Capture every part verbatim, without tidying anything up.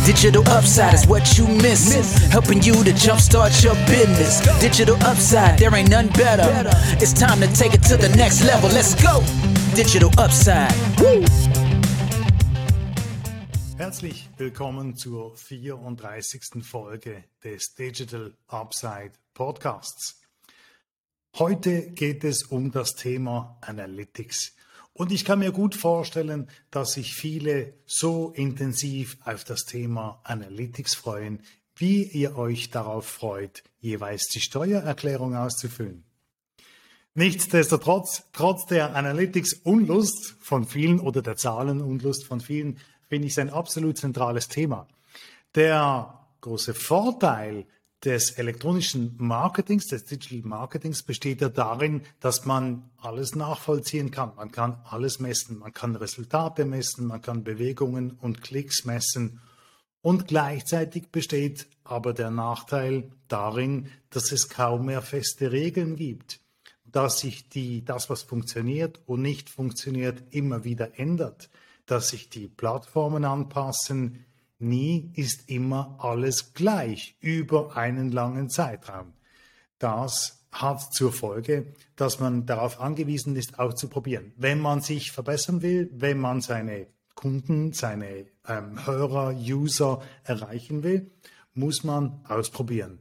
Digital Upside is what you missing. Helping you to jumpstart your business. Digital Upside, there ain't none better. It's time to take it to the next level. Let's go. Digital Upside. Woo. Herzlich willkommen zur vierunddreißigsten Folge des Digital Upside Podcasts. Heute geht es um das Thema Analytics. Und ich kann mir gut vorstellen, dass sich viele so intensiv auf das Thema Analytics freuen, wie ihr euch darauf freut, jeweils die Steuererklärung auszufüllen. Nichtsdestotrotz, trotz der Analytics-Unlust von vielen oder der Zahlenunlust von vielen, finde ich es ein absolut zentrales Thema. Der große Vorteil des elektronischen Marketings, des Digital Marketings besteht ja darin, dass man alles nachvollziehen kann. Man kann alles messen, man kann Resultate messen, man kann Bewegungen und Klicks messen. Und gleichzeitig besteht aber der Nachteil darin, dass es kaum mehr feste Regeln gibt, dass sich die, das, was funktioniert und nicht funktioniert, immer wieder ändert, dass sich die Plattformen anpassen. Nie ist immer alles gleich über einen langen Zeitraum. Das hat zur Folge, dass man darauf angewiesen ist, auszuprobieren. Wenn man sich verbessern will, wenn man seine Kunden, seine ähm, Hörer, User erreichen will, muss man ausprobieren.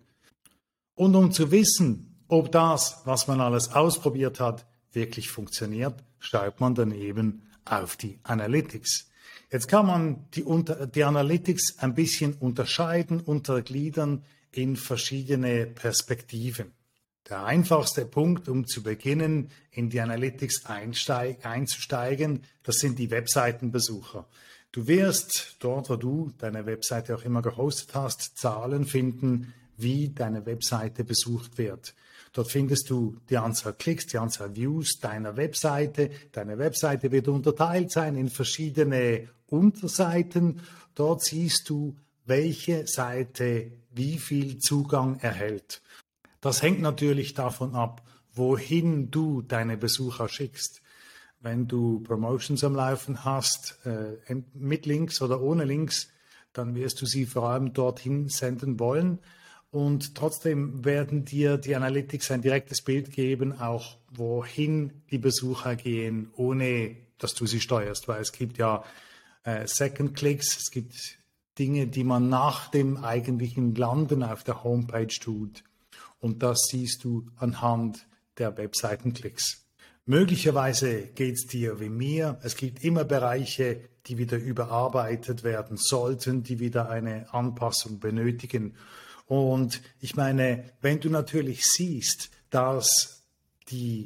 Und um zu wissen, ob das, was man alles ausprobiert hat, wirklich funktioniert, schreibt man dann eben auf die Analytics. Jetzt kann man die, die Analytics ein bisschen unterscheiden, untergliedern in verschiedene Perspektiven. Der einfachste Punkt, um zu beginnen, in die Analytics einsteig, einzusteigen, das sind die Webseitenbesucher. Du wirst dort, wo du deine Webseite auch immer gehostet hast, Zahlen finden, wie deine Webseite besucht wird. Dort findest du die Anzahl Klicks, die Anzahl Views deiner Webseite. Deine Webseite wird unterteilt sein in verschiedene Unterseiten. Dort siehst du, welche Seite wie viel Zugang erhält. Das hängt natürlich davon ab, wohin du deine Besucher schickst. Wenn du Promotions am Laufen hast, äh, mit Links oder ohne Links, dann wirst du sie vor allem dorthin senden wollen. Und trotzdem werden dir die Analytics ein direktes Bild geben, auch wohin die Besucher gehen, ohne dass du sie steuerst. Weil es gibt ja äh, Second Clicks, es gibt Dinge, die man nach dem eigentlichen Landen auf der Homepage tut. Und das siehst du anhand der Webseitenklicks. Möglicherweise geht es dir wie mir. Es gibt immer Bereiche, die wieder überarbeitet werden sollten, die wieder eine Anpassung benötigen. Und ich meine, wenn du natürlich siehst, dass die,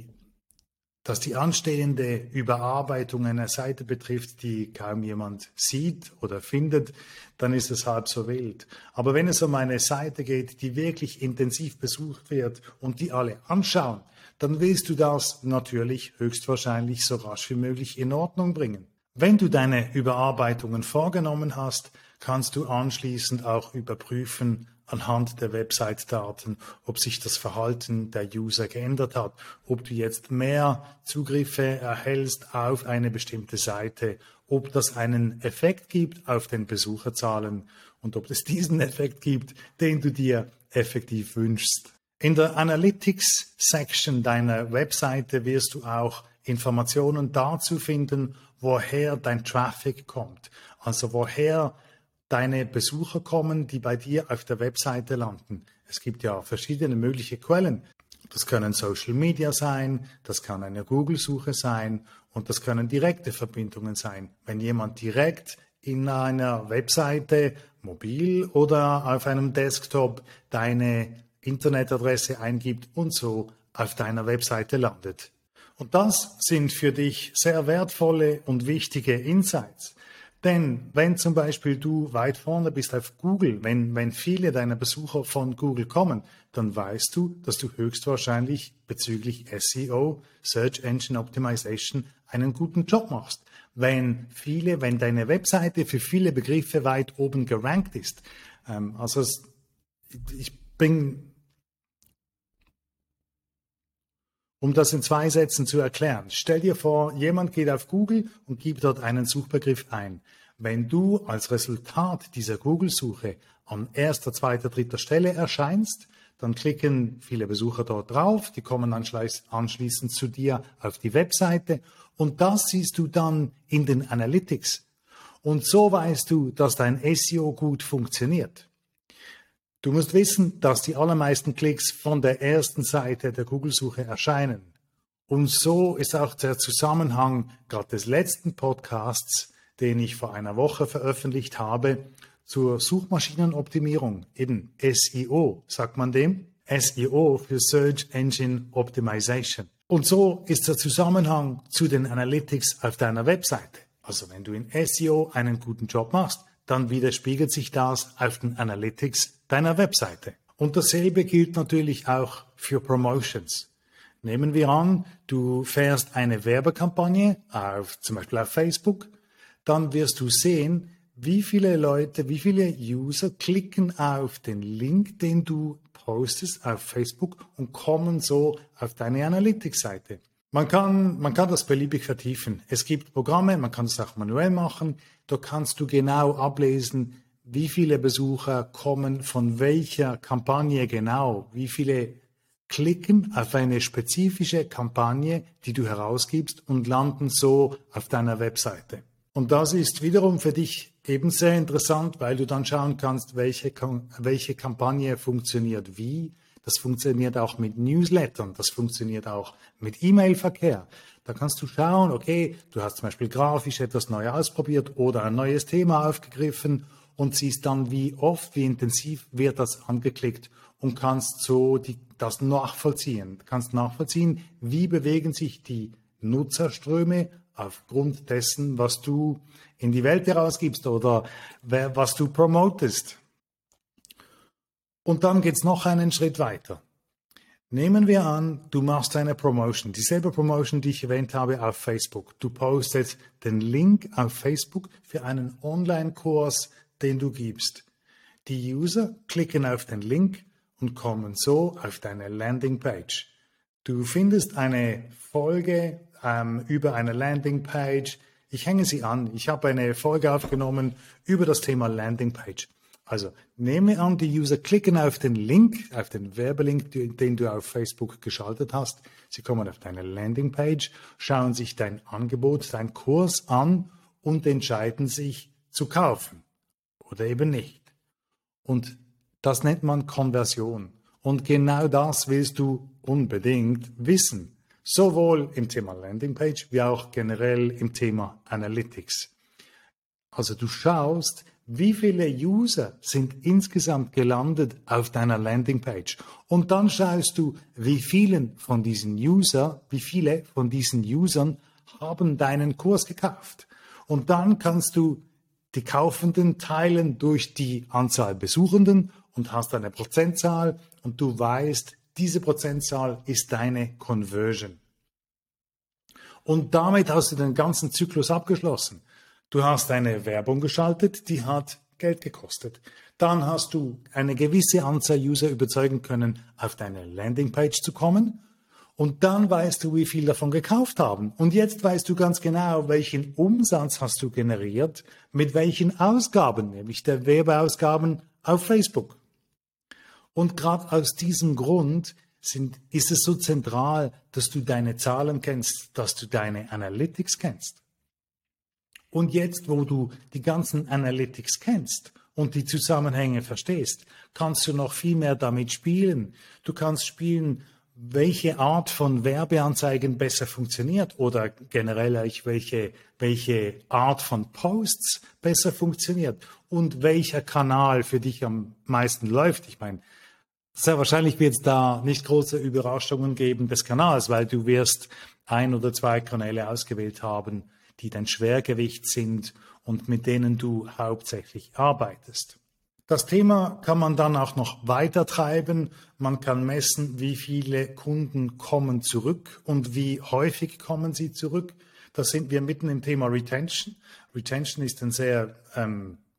dass die anstehende Überarbeitung einer Seite betrifft, die kaum jemand sieht oder findet, dann ist es halb so wild. Aber wenn es um eine Seite geht, die wirklich intensiv besucht wird und die alle anschauen, dann willst du das natürlich höchstwahrscheinlich so rasch wie möglich in Ordnung bringen. Wenn du deine Überarbeitungen vorgenommen hast, kannst du anschließend auch überprüfen, anhand der Website-Daten, ob sich das Verhalten der User geändert hat, ob du jetzt mehr Zugriffe erhältst auf eine bestimmte Seite, ob das einen Effekt gibt auf den Besucherzahlen und ob es diesen Effekt gibt, den du dir effektiv wünschst. In der Analytics-Section deiner Webseite wirst du auch Informationen dazu finden, woher dein Traffic kommt, also woher deine Besucher kommen, die bei dir auf der Webseite landen. Es gibt ja verschiedene mögliche Quellen. Das können Social Media sein, das kann eine Google-Suche sein und das können direkte Verbindungen sein. Wenn jemand direkt in einer Webseite, mobil oder auf einem Desktop, deine Internetadresse eingibt und so auf deiner Webseite landet. Und das sind für dich sehr wertvolle und wichtige Insights. Denn wenn zum Beispiel du weit vorne bist auf Google, wenn, wenn viele deiner Besucher von Google kommen, dann weißt du, dass du höchstwahrscheinlich bezüglich S E O, Search Engine Optimization, einen guten Job machst. Wenn viele, wenn deine Webseite für viele Begriffe weit oben gerankt ist. Ähm, also es, ich bin Um das in zwei Sätzen zu erklären, stell dir vor, jemand geht auf Google und gibt dort einen Suchbegriff ein. Wenn du als Resultat dieser Google-Suche an erster, zweiter, dritter Stelle erscheinst, dann klicken viele Besucher dort drauf, die kommen anschließend zu dir auf die Webseite und das siehst du dann in den Analytics. Und so weißt du, dass dein S E O gut funktioniert. Du musst wissen, dass die allermeisten Klicks von der ersten Seite der Google-Suche erscheinen. Und so ist auch der Zusammenhang gerade des letzten Podcasts, den ich vor einer Woche veröffentlicht habe, zur Suchmaschinenoptimierung, eben S E O, sagt man dem. S E O für Search Engine Optimization. Und so ist der Zusammenhang zu den Analytics auf deiner Webseite. Also wenn du in S E O einen guten Job machst, dann widerspiegelt sich das auf den Analytics deiner Webseite. Und dasselbe gilt natürlich auch für Promotions. Nehmen wir an, du fährst eine Werbekampagne, auf, zum Beispiel auf Facebook, dann wirst du sehen, wie viele Leute, wie viele User klicken auf den Link, den du postest auf Facebook und kommen so auf deine Analytics-Seite. Man kann, man kann das beliebig vertiefen. Es gibt Programme, man kann es auch manuell machen. Da kannst du genau ablesen, wie viele Besucher kommen von welcher Kampagne genau, wie viele klicken auf eine spezifische Kampagne, die du herausgibst und landen so auf deiner Webseite. Und das ist wiederum für dich eben sehr interessant, weil du dann schauen kannst, welche, welche Kampagne funktioniert wie. Das funktioniert auch mit Newslettern, das funktioniert auch mit E-Mail-Verkehr. Da kannst du schauen, okay, du hast zum Beispiel grafisch etwas neu ausprobiert oder ein neues Thema aufgegriffen und siehst dann, wie oft, wie intensiv wird das angeklickt und kannst so die, das nachvollziehen. Du kannst nachvollziehen, wie bewegen sich die Nutzerströme aufgrund dessen, was du in die Welt herausgibst oder was du promotest. Und dann geht's noch einen Schritt weiter. Nehmen wir an, du machst eine Promotion, dieselbe Promotion, die ich erwähnt habe auf Facebook. Du postest den Link auf Facebook für einen Online-Kurs, den du gibst. Die User klicken auf den Link und kommen so auf deine Landingpage. Du findest eine Folge ähm, über eine Landingpage. Ich hänge sie an. Ich habe eine Folge aufgenommen über das Thema Landingpage. Also nehme an, die User klicken auf den Link, auf den Werbelink, den du auf Facebook geschaltet hast. Sie kommen auf deine Landingpage, schauen sich dein Angebot, dein Kurs an und entscheiden sich zu kaufen oder eben nicht. Und das nennt man Konversion. Und genau das willst du unbedingt wissen. Sowohl im Thema Landingpage wie auch generell im Thema Analytics. Also du schaust, wie viele User sind insgesamt gelandet auf deiner Landingpage. Und dann schaust du, wie vielen von diesen User, wie viele von diesen Usern haben deinen Kurs gekauft. Und dann kannst du die Kaufenden teilen durch die Anzahl Besuchenden und hast eine Prozentzahl und du weißt, diese Prozentzahl ist deine Conversion. Und damit hast du den ganzen Zyklus abgeschlossen. Du hast eine Werbung geschaltet, die hat Geld gekostet. Dann hast du eine gewisse Anzahl User überzeugen können, auf deine Landingpage zu kommen. Und dann weißt du, wie viel davon gekauft haben. Und jetzt weißt du ganz genau, welchen Umsatz hast du generiert, mit welchen Ausgaben, nämlich der Werbeausgaben auf Facebook. Und gerade aus diesem Grund sind, ist es so zentral, dass du deine Zahlen kennst, dass du deine Analytics kennst. Und jetzt, wo du die ganzen Analytics kennst und die Zusammenhänge verstehst, kannst du noch viel mehr damit spielen. Du kannst spielen, welche Art von Werbeanzeigen besser funktioniert oder generell welche, welche Art von Posts besser funktioniert und welcher Kanal für dich am meisten läuft. Ich meine, sehr wahrscheinlich wird es da nicht große Überraschungen geben des Kanals, weil du wirst ein oder zwei Kanäle ausgewählt haben, die dein Schwergewicht sind und mit denen du hauptsächlich arbeitest. Das Thema kann man dann auch noch weiter treiben. Man kann messen, wie viele Kunden kommen zurück und wie häufig kommen sie zurück. Da sind wir mitten im Thema Retention. Retention ist ein sehr ähm,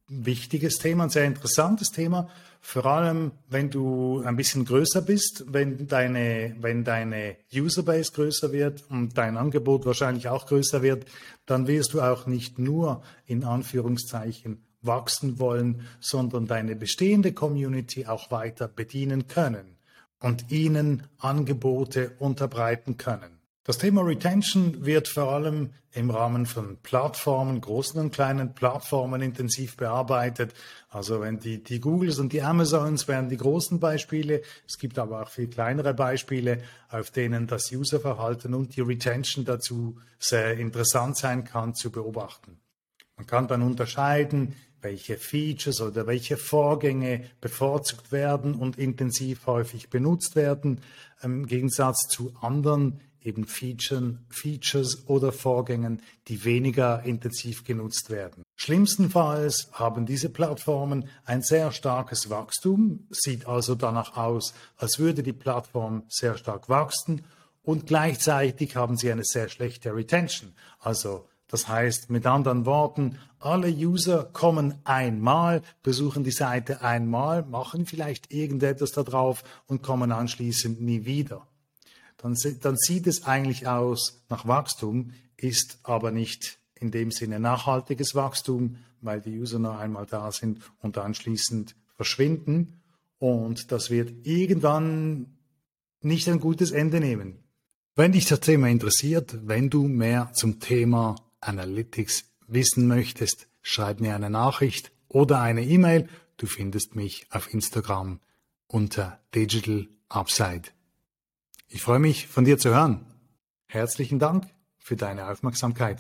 wichtiges Thema, ein sehr interessantes Thema, vor allem wenn du ein bisschen größer bist, wenn deine, wenn deine Userbase größer wird und dein Angebot wahrscheinlich auch größer wird, dann wirst du auch nicht nur in Anführungszeichen wachsen wollen, sondern deine bestehende Community auch weiter bedienen können und ihnen Angebote unterbreiten können. Das Thema Retention wird vor allem im Rahmen von Plattformen, großen und kleinen Plattformen intensiv bearbeitet. Also wenn die, die Googles und die Amazons wären die großen Beispiele. Es gibt aber auch viel kleinere Beispiele, auf denen das Userverhalten und die Retention dazu sehr interessant sein kann zu beobachten. Man kann dann unterscheiden, welche Features oder welche Vorgänge bevorzugt werden und intensiv häufig benutzt werden, im Gegensatz zu anderen eben Features, Features oder Vorgängen, die weniger intensiv genutzt werden. Schlimmstenfalls haben diese Plattformen ein sehr starkes Wachstum, sieht also danach aus, als würde die Plattform sehr stark wachsen und gleichzeitig haben sie eine sehr schlechte Retention. Also das heißt mit anderen Worten, alle User kommen einmal, besuchen die Seite einmal, machen vielleicht irgendetwas da drauf und kommen anschließend nie wieder. Dann, dann sieht es eigentlich aus nach Wachstum, ist aber nicht in dem Sinne nachhaltiges Wachstum, weil die User nur einmal da sind und anschließend verschwinden. Und das wird irgendwann nicht ein gutes Ende nehmen. Wenn dich das Thema interessiert, wenn du mehr zum Thema Analytics wissen möchtest, schreib mir eine Nachricht oder eine E-Mail. Du findest mich auf Instagram unter Digital Upside. Ich freue mich, von dir zu hören. Herzlichen Dank für deine Aufmerksamkeit.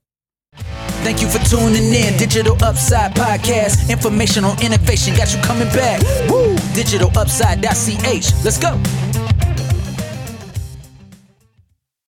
Thank you for tuning in, Digital Upside Podcast. Information on innovation got you coming back. Woo! digital upside dot c h. Let's go.